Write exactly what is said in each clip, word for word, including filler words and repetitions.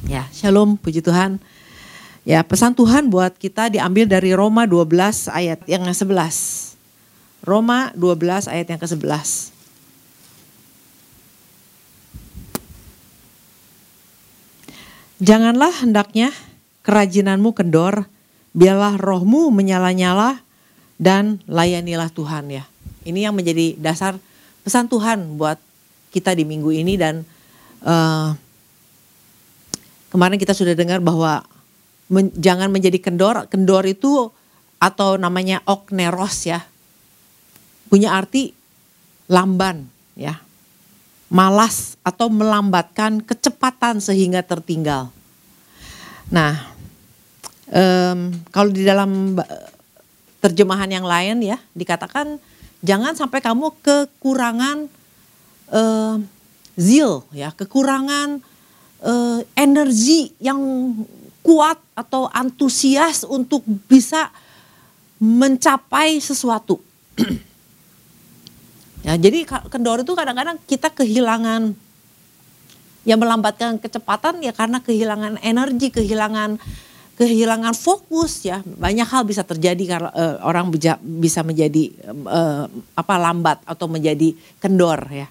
Ya, shalom, puji Tuhan. Ya, pesan Tuhan buat kita diambil dari Roma dua belas ayat yang ke sebelas. Roma dua belas ayat yang ke sebelas. Janganlah hendaknya kerajinanmu kendor, biarlah rohmu menyala-nyala dan layanilah Tuhan ya. Ini yang menjadi dasar pesan Tuhan buat kita di minggu ini dan uh, kemarin kita sudah dengar bahwa men, jangan menjadi kendor. Kendor itu atau namanya okneros ya, punya arti lamban ya, malas atau melambatkan kecepatan sehingga tertinggal. Nah, um, kalau di dalam terjemahan yang lain ya dikatakan jangan sampai kamu kekurangan uh, zeal ya, kekurangan uh, energi yang kuat atau antusias untuk bisa mencapai sesuatu. Ya, jadi kendor itu kadang-kadang kita kehilangan, yang melambatkan kecepatan ya karena kehilangan energi, kehilangan kehilangan fokus ya. Banyak hal bisa terjadi kalau uh, orang bija, bisa menjadi uh, apa lambat atau menjadi kendor ya.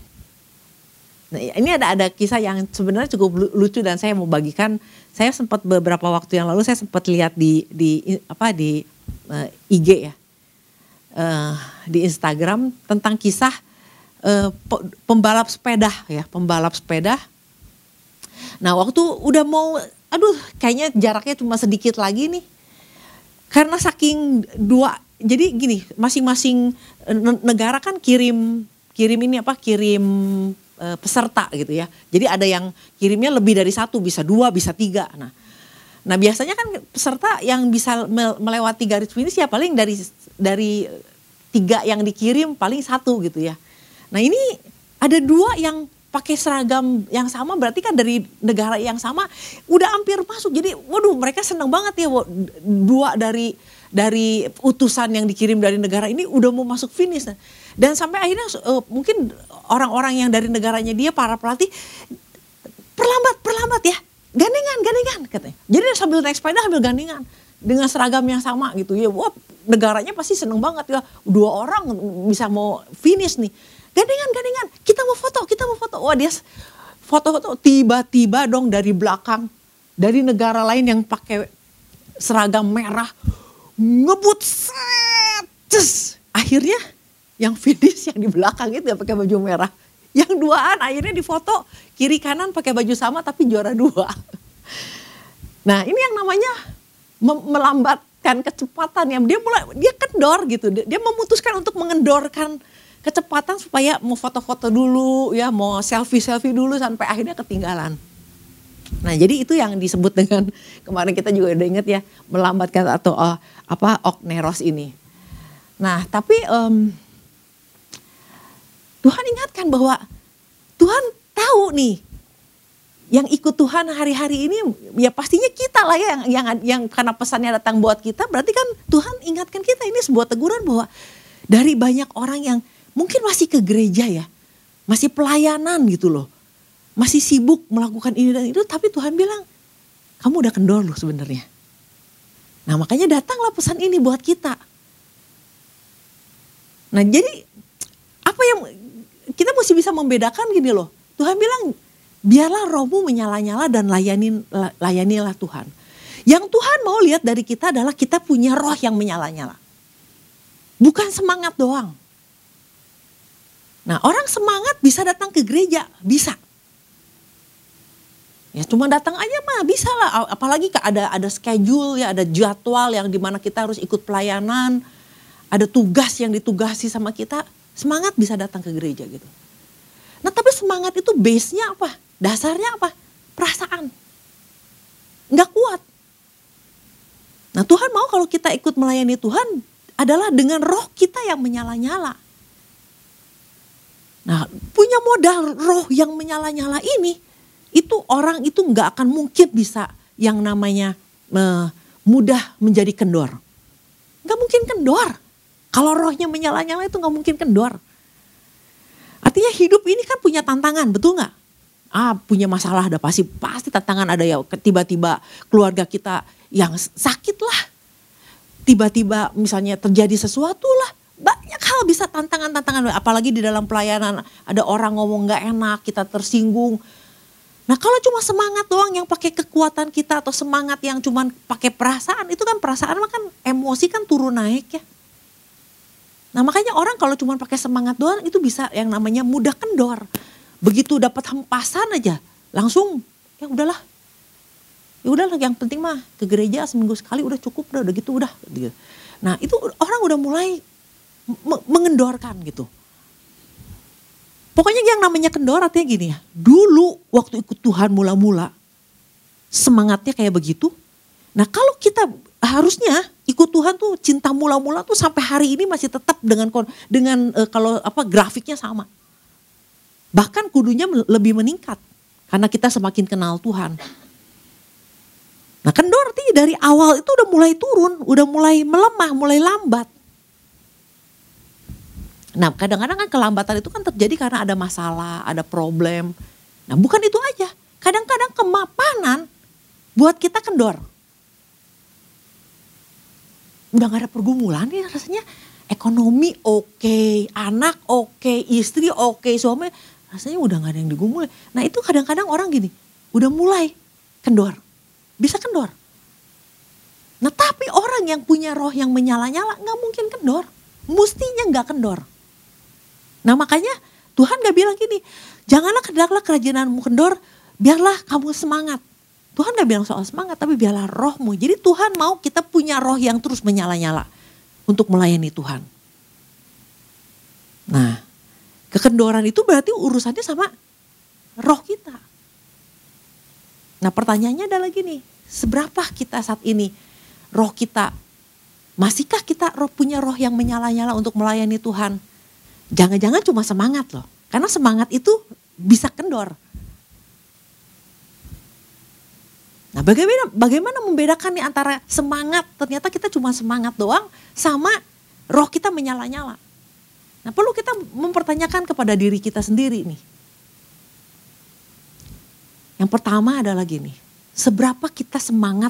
Nah, ini ada ada kisah yang sebenarnya cukup lucu dan saya mau bagikan. Saya sempat beberapa waktu yang lalu saya sempat lihat di di apa di uh, I G ya. Uh, di Instagram tentang kisah uh, pembalap sepeda ya, pembalap sepeda. Nah, waktu udah mau aduh kayaknya jaraknya cuma sedikit lagi nih. Karena saking dua, jadi gini, masing-masing negara kan kirim kirim ini apa? kirim uh, peserta gitu ya. Jadi ada yang kirimnya lebih dari satu, bisa dua, bisa tiga. Nah, nah biasanya kan peserta yang bisa melewati garis finish ya paling dari dari tiga yang dikirim paling satu gitu ya. Nah ini ada dua yang pakai seragam yang sama, berarti kan dari negara yang sama udah hampir masuk. Jadi waduh mereka senang banget ya, dua dari dari utusan yang dikirim dari negara ini udah mau masuk finish. Dan sampai akhirnya uh, mungkin orang-orang yang dari negaranya dia, para pelatih, perlambat, perlambat ya, gandengan, gandengan katanya. Jadi sambil naik sepeda sambil gandengan dengan seragam yang sama gitu ya. Wah, negaranya pasti seneng banget ya, dua orang bisa mau finish nih. Gandengan, gandengan, kita mau foto, kita mau foto. Wah dia foto-foto, tiba-tiba dong dari belakang, dari negara lain yang pakai seragam merah, ngebut set, cus. Akhirnya yang finish yang di belakang itu ya pakai baju merah. Yang duaan akhirnya difoto kiri kanan pakai baju sama tapi juara dua. Nah ini yang namanya melambatkan kecepatan, yang dia mulai dia kendor gitu, dia memutuskan untuk mengendorkan kecepatan supaya mau foto-foto dulu ya, mau selfie-selfie dulu sampai akhirnya ketinggalan. Nah jadi itu yang disebut dengan kemarin kita juga udah inget ya, melambatkan atau uh, apa okneros ini. Nah tapi um, Tuhan ingatkan bahwa Tuhan tahu nih yang ikut Tuhan hari-hari ini ya pastinya kita lah ya, yang yang yang karena pesannya datang buat kita, berarti kan Tuhan ingatkan kita, ini sebuah teguran bahwa dari banyak orang yang mungkin masih ke gereja ya, masih pelayanan gitu loh, masih sibuk melakukan ini dan itu, tapi Tuhan bilang kamu udah kendor loh sebenarnya. Nah makanya datanglah pesan ini buat kita. Nah jadi apa yang kita mesti bisa membedakan gini loh, Tuhan bilang biarlah rohmu menyala-nyala dan layani, layanilah Tuhan. Yang Tuhan mau lihat dari kita adalah kita punya roh yang menyala-nyala. Bukan semangat doang. Nah orang semangat bisa datang ke gereja, bisa. Ya cuma datang aja mah bisa lah. Apalagi ada ada schedule ya, ada jadwal yang dimana kita harus ikut pelayanan. Ada tugas yang ditugasi sama kita. Semangat bisa datang ke gereja gitu. Nah tapi semangat itu base-nya apa? Dasarnya apa? Perasaan. Nggak kuat. Nah Tuhan mau kalau kita ikut melayani Tuhan adalah dengan roh kita yang menyala-nyala. Nah punya modal roh yang menyala-nyala ini, itu orang itu nggak akan mungkin bisa yang namanya uh, mudah menjadi kendor. Nggak mungkin kendor. Kalau rohnya menyala-nyala itu nggak mungkin kendor. Artinya hidup ini kan punya tantangan, betul nggak? ah punya masalah, ada pasti pasti tantangan ada ya. Tiba-tiba keluarga kita yang sakit lah, tiba-tiba misalnya terjadi sesuatu lah, banyak hal bisa tantangan-tantangan. Apalagi di dalam pelayanan ada orang ngomong nggak enak, kita tersinggung. Nah kalau cuma semangat doang yang pakai kekuatan kita, atau semangat yang cuma pakai perasaan, itu kan perasaan kan emosi kan turun naik ya. Nah makanya orang kalau cuma pakai semangat doang itu bisa yang namanya mudah kendor. Begitu dapat hempasan aja langsung ya udahlah. Ya udahlah, yang penting mah ke gereja seminggu sekali udah cukup, udah, udah gitu udah. Nah itu orang udah mulai mengendorkan gitu. Pokoknya yang namanya kendor artinya gini ya, dulu waktu ikut Tuhan mula-mula semangatnya kayak begitu. Nah kalau kita harusnya ikut Tuhan tuh cinta mula-mula tuh sampai hari ini masih tetap dengan dengan uh, kalau apa grafiknya sama. Bahkan kudunya lebih meningkat karena kita semakin kenal Tuhan. Nah kendor artinya dari awal itu udah mulai turun, udah mulai melemah, mulai lambat. Nah kadang-kadang kan kelambatan itu kan terjadi karena ada masalah, ada problem. Nah bukan itu aja, kadang-kadang kemapanan buat kita kendor. Udah gak ada pergumulan nih rasanya, ekonomi oke, okay, anak oke, okay, istri oke, okay, suami rasanya udah gak ada yang digumulin. Nah itu kadang-kadang orang gini, udah mulai kendor, bisa kendor. Nah tapi orang yang punya roh yang menyala-nyala gak mungkin kendor, mestinya gak kendor. Nah makanya Tuhan gak bilang gini, janganlah hendaklah kerajinanmu kendor, biarlah kamu semangat. Tuhan gak bilang soal semangat, tapi biarlah rohmu. Jadi Tuhan mau kita punya roh yang terus menyala-nyala untuk melayani Tuhan. Nah kekendoran itu berarti urusannya sama roh kita. Nah pertanyaannya adalah gini, seberapa kita saat ini roh kita, masihkah kita roh, punya roh yang menyala-nyala untuk melayani Tuhan? Jangan-jangan cuma semangat loh. Karena semangat itu bisa kendor. Nah bagaimana, bagaimana membedakan nih antara semangat, ternyata kita cuma semangat doang, sama roh kita menyala-nyala. Nah perlu kita mempertanyakan kepada diri kita sendiri nih. Yang pertama adalah gini, seberapa kita semangat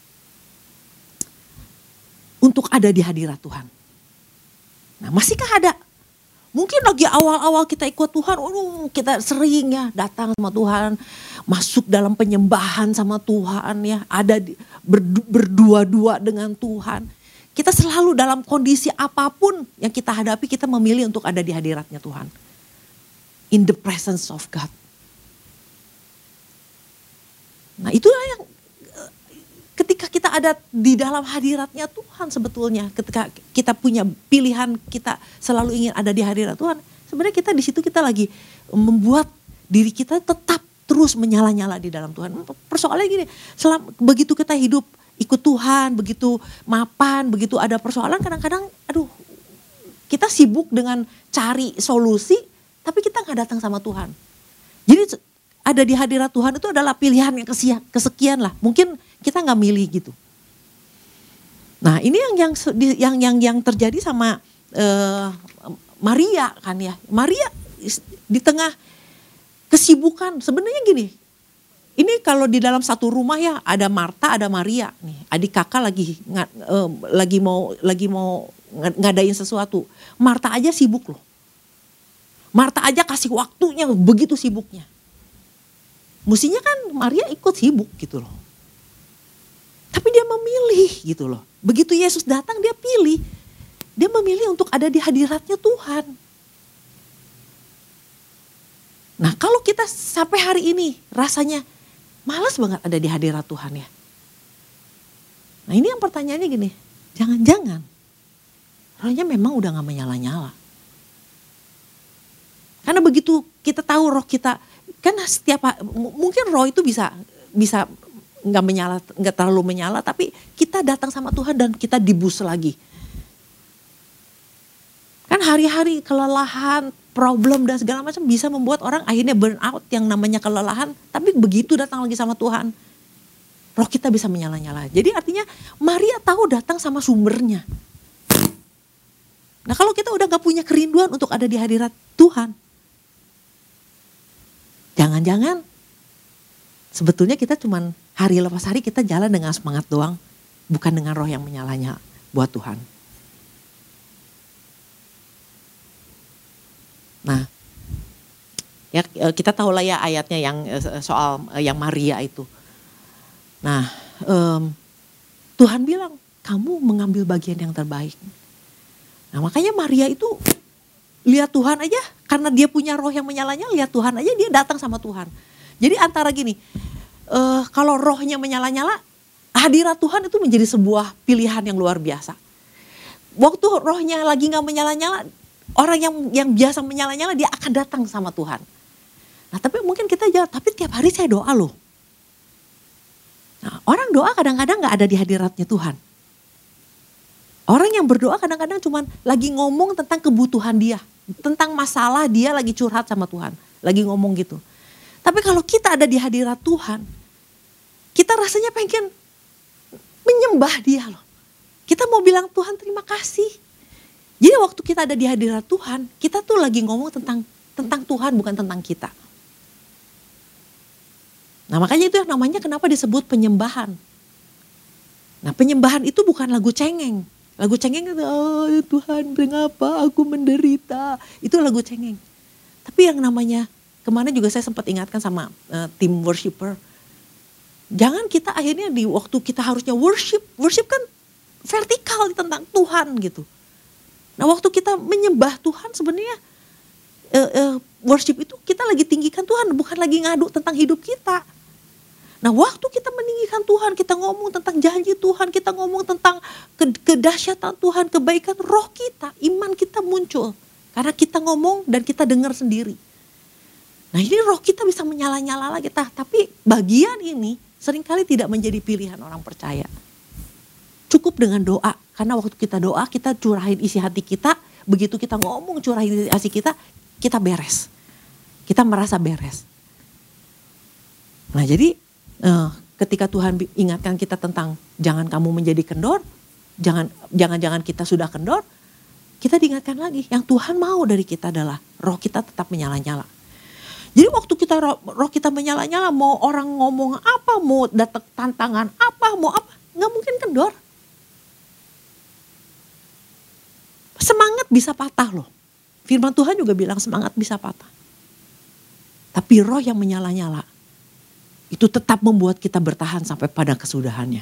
untuk ada di hadirat Tuhan. Nah masihkah ada? Mungkin lagi awal-awal kita ikut Tuhan, oh, kita sering ya datang sama Tuhan, masuk dalam penyembahan sama Tuhan ya, ada di, berdu, berdua-dua dengan Tuhan. Kita selalu dalam kondisi apapun yang kita hadapi, kita memilih untuk ada di hadiratnya Tuhan. In the presence of God. Nah itulah yang ketika kita ada di dalam hadiratnya Tuhan sebetulnya, ketika kita punya pilihan, kita selalu ingin ada di hadirat Tuhan, sebenarnya kita di situ kita lagi membuat diri kita tetap terus menyala-nyala di dalam Tuhan. Persoalannya gini, selama, begitu kita hidup ikut Tuhan, begitu mapan, begitu ada persoalan, kadang-kadang aduh kita sibuk dengan cari solusi, tapi kita gak datang sama Tuhan. Jadi ada di hadirat Tuhan itu adalah pilihan yang kesekian lah. Mungkin kita nggak milih gitu. Nah ini yang yang yang yang, yang terjadi sama uh, Maria kan ya. Maria di tengah kesibukan sebenarnya gini. Ini kalau di dalam satu rumah ya ada Marta, ada Maria nih. Adik kakak lagi uh, lagi mau lagi mau ngadain sesuatu. Marta aja sibuk loh. Marta aja kasih waktunya begitu sibuknya. Mestinya kan Maria ikut sibuk gitu loh. Tapi dia memilih gitu loh. Begitu Yesus datang dia pilih. Dia memilih untuk ada di hadiratnya Tuhan. Nah kalau kita sampai hari ini rasanya malas banget ada di hadirat Tuhan ya. Nah ini yang pertanyaannya gini. Jangan-jangan rohnya memang udah gak menyala-nyala. Karena begitu kita tahu roh kita, kan setiap mungkin roh itu bisa bisa nggak menyala, nggak terlalu menyala, tapi kita datang sama Tuhan dan kita dibus lagi. Kan hari-hari kelelahan, problem dan segala macam bisa membuat orang akhirnya burn out yang namanya kelelahan. Tapi begitu datang lagi sama Tuhan, roh kita bisa menyala-nyala. Jadi artinya Maria tahu datang sama sumbernya. Nah kalau kita udah gak punya kerinduan untuk ada di hadirat Tuhan, jangan-jangan Sebetulnya kita cuman hari lepas hari kita jalan dengan semangat doang, bukan dengan roh yang menyala-nyala buat Tuhan. Nah, ya kita tahu lah ya ayatnya yang soal yang Maria itu. Nah, um, Tuhan bilang kamu mengambil bagian yang terbaik. Nah makanya Maria itu lihat Tuhan aja, karena dia punya roh yang menyala-nyala, lihat Tuhan aja dia datang sama Tuhan. Jadi antara gini, uh, kalau rohnya menyala-nyala, hadirat Tuhan itu menjadi sebuah pilihan yang luar biasa. Waktu rohnya lagi gak menyala-nyala, orang yang yang biasa menyala-nyala dia akan datang sama Tuhan. Nah tapi mungkin kita jawab, tapi tiap hari saya doa loh. Nah, orang doa kadang-kadang gak ada di hadiratnya Tuhan. Orang yang berdoa kadang-kadang cuman lagi ngomong tentang kebutuhan dia. Tentang masalah dia lagi curhat sama Tuhan. Lagi ngomong gitu. Tapi kalau kita ada di hadirat Tuhan, kita rasanya pengen menyembah dia loh. Kita mau bilang Tuhan terima kasih. Jadi waktu kita ada di hadirat Tuhan, kita tuh lagi ngomong tentang tentang Tuhan bukan tentang kita. Nah makanya itu yang namanya kenapa disebut penyembahan. Nah penyembahan itu bukan lagu cengeng. Lagu cengeng itu, oh Tuhan mengapa aku menderita. Itu lagu cengeng. Tapi yang namanya, kemarin juga saya sempat ingatkan sama uh, tim worshiper. Jangan kita akhirnya di waktu kita harusnya worship. Worship kan vertikal tentang Tuhan gitu. Nah waktu kita menyembah Tuhan sebenarnya uh, uh, worship itu kita lagi tinggikan Tuhan. Bukan lagi ngadu tentang hidup kita. Nah waktu kita meninggikan Tuhan, kita ngomong tentang janji Tuhan, kita ngomong tentang kedahsyatan Tuhan, kebaikan roh kita, iman kita muncul. Karena kita ngomong dan kita dengar sendiri. Nah ini roh kita bisa menyala-nyala lagi. Tapi bagian ini seringkali tidak menjadi pilihan orang percaya. Cukup dengan doa, karena waktu kita doa kita curahin isi hati kita, begitu kita ngomong curahin isi hati kita, kita beres. Kita merasa beres. Nah jadi Uh, ketika Tuhan ingatkan kita tentang jangan kamu menjadi kendor, jangan jangan-jangan kita sudah kendor, kita diingatkan lagi yang Tuhan mau dari kita adalah roh kita tetap menyala-nyala. Jadi waktu kita roh, roh kita menyala-nyala, mau orang ngomong apa, mau datang tantangan apa, mau apa, nggak mungkin kendor. Semangat bisa patah loh. Firman Tuhan juga bilang semangat bisa patah. Tapi roh yang menyala-nyala itu tetap membuat kita bertahan sampai pada kesudahannya.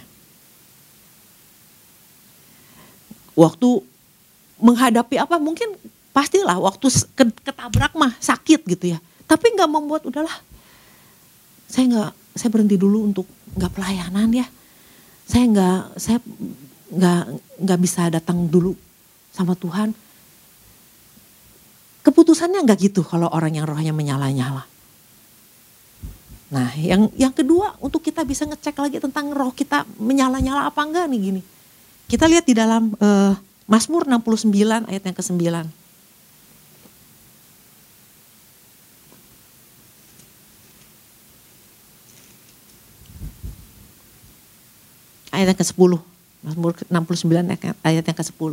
Waktu menghadapi apa mungkin pastilah waktu ketabrak mah sakit gitu ya. Tapi gak membuat udahlah saya gak, saya berhenti dulu untuk gak pelayanan ya. Saya gak, saya gak, gak bisa datang dulu sama Tuhan. Keputusannya gak gitu kalau orang yang rohnya menyala-nyala. Nah yang yang kedua untuk kita bisa ngecek lagi tentang roh kita menyala-nyala apa enggak nih gini. Kita lihat di dalam uh, Mazmur enam puluh sembilan ayat yang kesembilan. Ayat yang kesepuluh. Mazmur enam puluh sembilan ayat yang kesepuluh.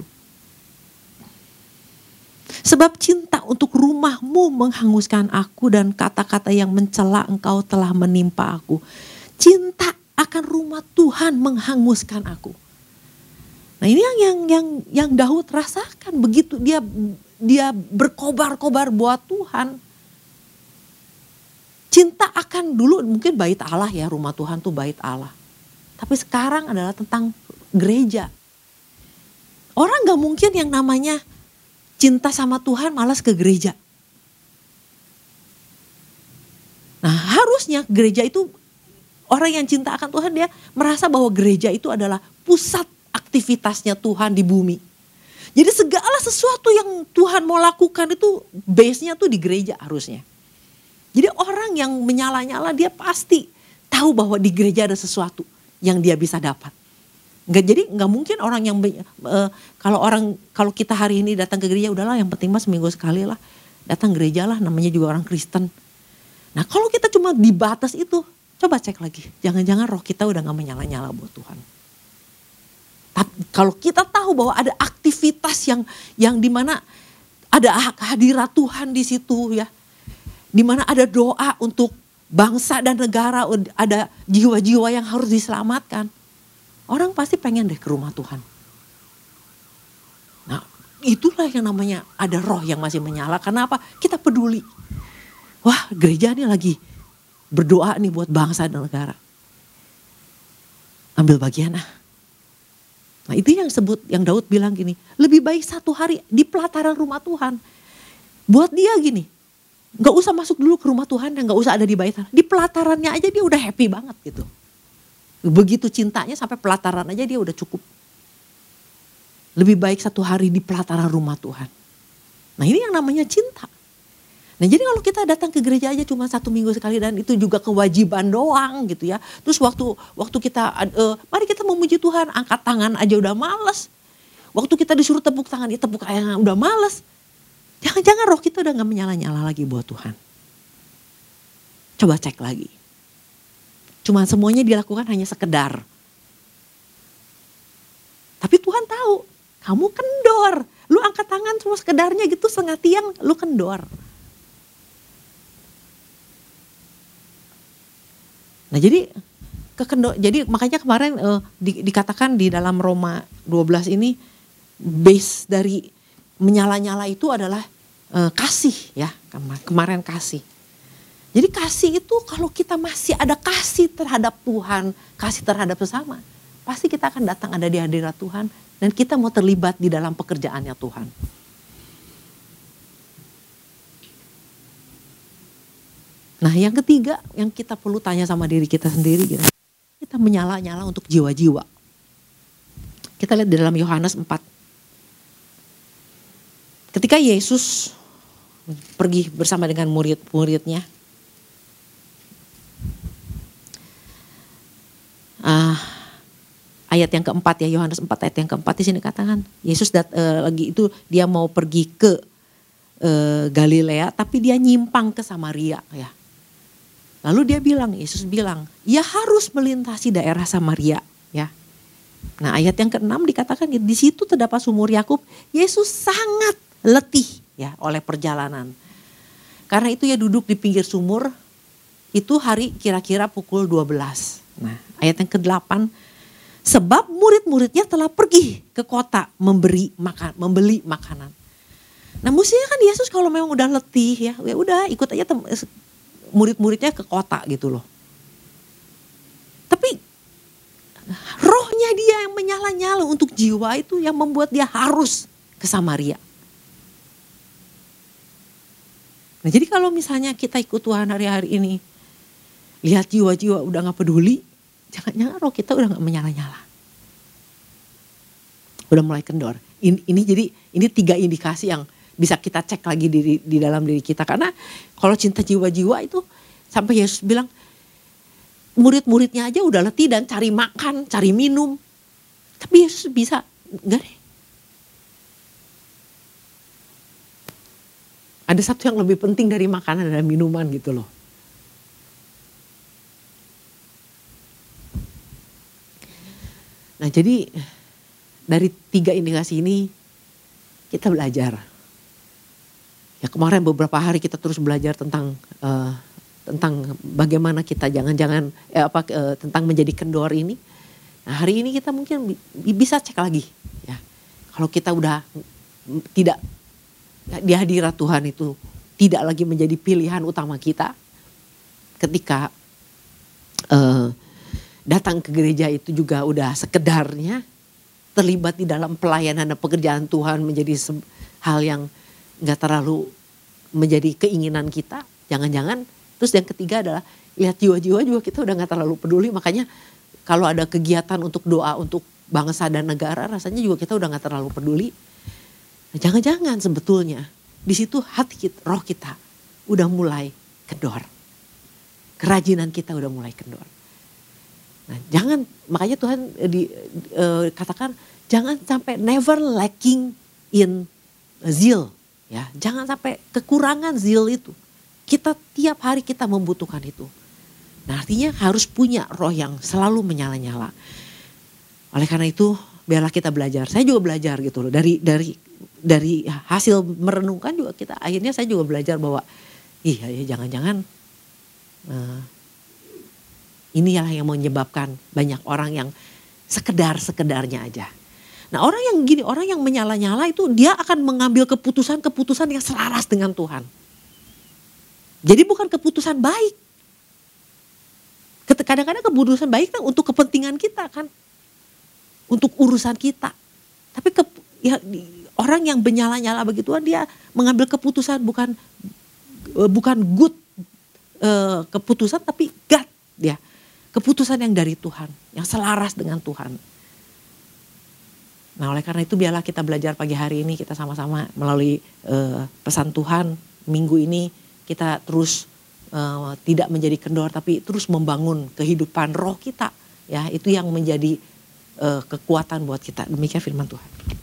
Sebab cinta untuk rumahmu menghanguskan aku dan kata-kata yang mencela engkau telah menimpa aku. Cinta akan rumah Tuhan menghanguskan aku. Nah ini yang yang yang yang Daud rasakan begitu dia dia berkobar-kobar buat Tuhan. Cinta akan dulu mungkin bait Allah ya, rumah Tuhan tuh bait Allah. Tapi sekarang adalah tentang gereja. Orang gak mungkin yang namanya cinta sama Tuhan malas ke gereja. Nah harusnya gereja itu orang yang cinta akan Tuhan dia merasa bahwa gereja itu adalah pusat aktivitasnya Tuhan di bumi. Jadi segala sesuatu yang Tuhan mau lakukan itu base-nya tuh di gereja harusnya. Jadi orang yang menyala-nyala dia pasti tahu bahwa di gereja ada sesuatu yang dia bisa dapat. Nggak, jadi nggak mungkin orang yang uh, kalau orang kalau kita hari ini datang ke gereja udahlah yang penting mas seminggu sekali lah datang gereja lah namanya juga orang Kristen. Nah kalau kita cuma di batas itu coba cek lagi jangan-jangan roh kita udah nggak menyala-nyala buat Tuhan. Tapi kalau kita tahu bahwa ada aktivitas yang yang dimana ada hadirat Tuhan di situ ya, dimana ada doa untuk bangsa dan negara, ada jiwa-jiwa yang harus diselamatkan. Orang pasti pengen deh ke rumah Tuhan. Nah, itulah yang namanya ada roh yang masih menyala. Karena apa? Kita peduli. Wah, gereja ini lagi berdoa nih buat bangsa dan negara. Ambil bagian ah. Nah, itu yang sebut, yang Daud bilang gini, lebih baik satu hari di pelataran rumah Tuhan. Buat dia gini, gak usah masuk dulu ke rumah Tuhan dan gak usah ada di bait Allah. Di pelatarannya aja dia udah happy banget gitu. Begitu cintanya sampai pelataran aja dia udah cukup. Lebih baik satu hari di pelataran rumah Tuhan. Nah, ini yang namanya cinta. Nah, jadi kalau kita datang ke gereja aja cuma satu minggu sekali dan itu juga kewajiban doang gitu ya. Terus waktu waktu kita, uh, mari kita memuji Tuhan, angkat tangan aja udah males. Waktu kita disuruh tepuk tangan, ya tepuk tangan udah males. Jangan-jangan roh kita udah gak menyala-nyala lagi buat Tuhan. Coba cek lagi. Cuma semuanya dilakukan hanya sekedar. Tapi Tuhan tahu, kamu kendor. Lu angkat tangan cuma sekedarnya gitu setengah tiang, lu kendor. Nah, jadi kekendo, jadi makanya kemarin uh, di, dikatakan di dalam Roma dua belas ini base dari menyala-nyala itu adalah uh, kasih ya, kemarin kasih. Jadi kasih itu kalau kita masih ada kasih terhadap Tuhan, kasih terhadap sesama, pasti kita akan datang ada di hadirat Tuhan dan kita mau terlibat di dalam pekerjaannya Tuhan. Nah, yang ketiga yang kita perlu tanya sama diri kita sendiri, gitu. Kita menyala-nyala untuk jiwa-jiwa. Kita lihat di dalam Yohanes empat. Ketika Yesus pergi bersama dengan murid-muridnya, uh, ayat yang keempat ya, Yohanes empat ayat yang keempat di sini katakan Yesus dat, uh, lagi itu dia mau pergi ke uh, Galilea, tapi dia nyimpang ke Samaria ya. Lalu dia bilang, Yesus bilang, ya harus melintasi daerah Samaria ya. Nah, ayat yang keenam dikatakan di situ terdapat sumur Yakub. Yesus sangat letih ya oleh perjalanan. Karena itu ya duduk di pinggir sumur. Itu hari kira-kira pukul dua belas. Nah, ayat yang kedelapan, sebab murid-muridnya telah pergi ke kota memberi makan, membeli makanan. Nah, mestinya kan Yesus kalau memang udah letih ya, ya udah ikut aja tem- murid-muridnya ke kota gitu loh. Tapi rohnya dia yang menyala-nyala untuk jiwa itu yang membuat dia harus ke Samaria. Nah, jadi kalau misalnya kita ikut Tuhan hari-hari ini, lihat jiwa-jiwa udah gak peduli, jangan-jangan roh kita udah gak menyala-nyala. Udah mulai kendor. Ini, ini jadi ini tiga indikasi yang bisa kita cek lagi di, di dalam diri kita. Karena kalau cinta jiwa-jiwa itu sampai Yesus bilang murid-muridnya aja udah letih dan cari makan, cari minum. Tapi Yesus bisa, enggak deh. Ada satu yang lebih penting dari makanan dan minuman gitu loh. Nah, jadi dari tiga indikasi ini kita belajar. Ya, kemarin beberapa hari kita terus belajar tentang uh, tentang bagaimana kita jangan-jangan eh, apa uh, tentang menjadi kendor ini. Nah, hari ini kita mungkin bi- bisa cek lagi ya. Kalau kita udah tidak di hadirat Tuhan itu tidak lagi menjadi pilihan utama kita. Ketika uh, datang ke gereja itu juga udah sekedarnya, terlibat di dalam pelayanan dan pekerjaan Tuhan menjadi se- hal yang gak terlalu menjadi keinginan kita, jangan-jangan. Terus yang ketiga adalah lihat jiwa-jiwa juga kita udah gak terlalu peduli. Makanya kalau ada kegiatan untuk doa untuk bangsa dan negara, rasanya juga kita udah gak terlalu peduli. Nah, jangan-jangan sebetulnya di situ hati kita, roh kita udah mulai kendor. Kerajinan kita udah mulai kendor. Nah, jangan, makanya Tuhan di, uh, katakan jangan sampai never lacking in zeal. Ya, jangan sampai kekurangan zeal itu. Kita tiap hari kita membutuhkan itu. Nah, artinya harus punya roh yang selalu menyala-nyala. Oleh karena itu, biarlah kita belajar. Saya juga belajar gitu loh. Dari dari dari hasil merenungkan juga kita akhirnya saya juga belajar bahwa iya ya jangan-jangan uh, Inilah yang menyebabkan banyak orang yang sekedar-sekedarnya aja. Nah orang yang gini, orang yang menyala-nyala itu dia akan mengambil keputusan-keputusan yang selaras dengan Tuhan. Jadi bukan keputusan baik. Kadang-kadang keputusan baik kan untuk kepentingan kita kan. Untuk urusan kita. Tapi ke, ya, orang yang menyala-nyala begituan dia mengambil keputusan bukan bukan good uh, keputusan tapi God dia. Keputusan yang dari Tuhan, yang selaras dengan Tuhan. Nah oleh karena itu biarlah kita belajar pagi hari ini kita sama-sama melalui uh, pesan Tuhan minggu ini kita terus uh, tidak menjadi kendor tapi terus membangun kehidupan roh kita. Ya itu yang menjadi uh, kekuatan buat kita. Demikian firman Tuhan.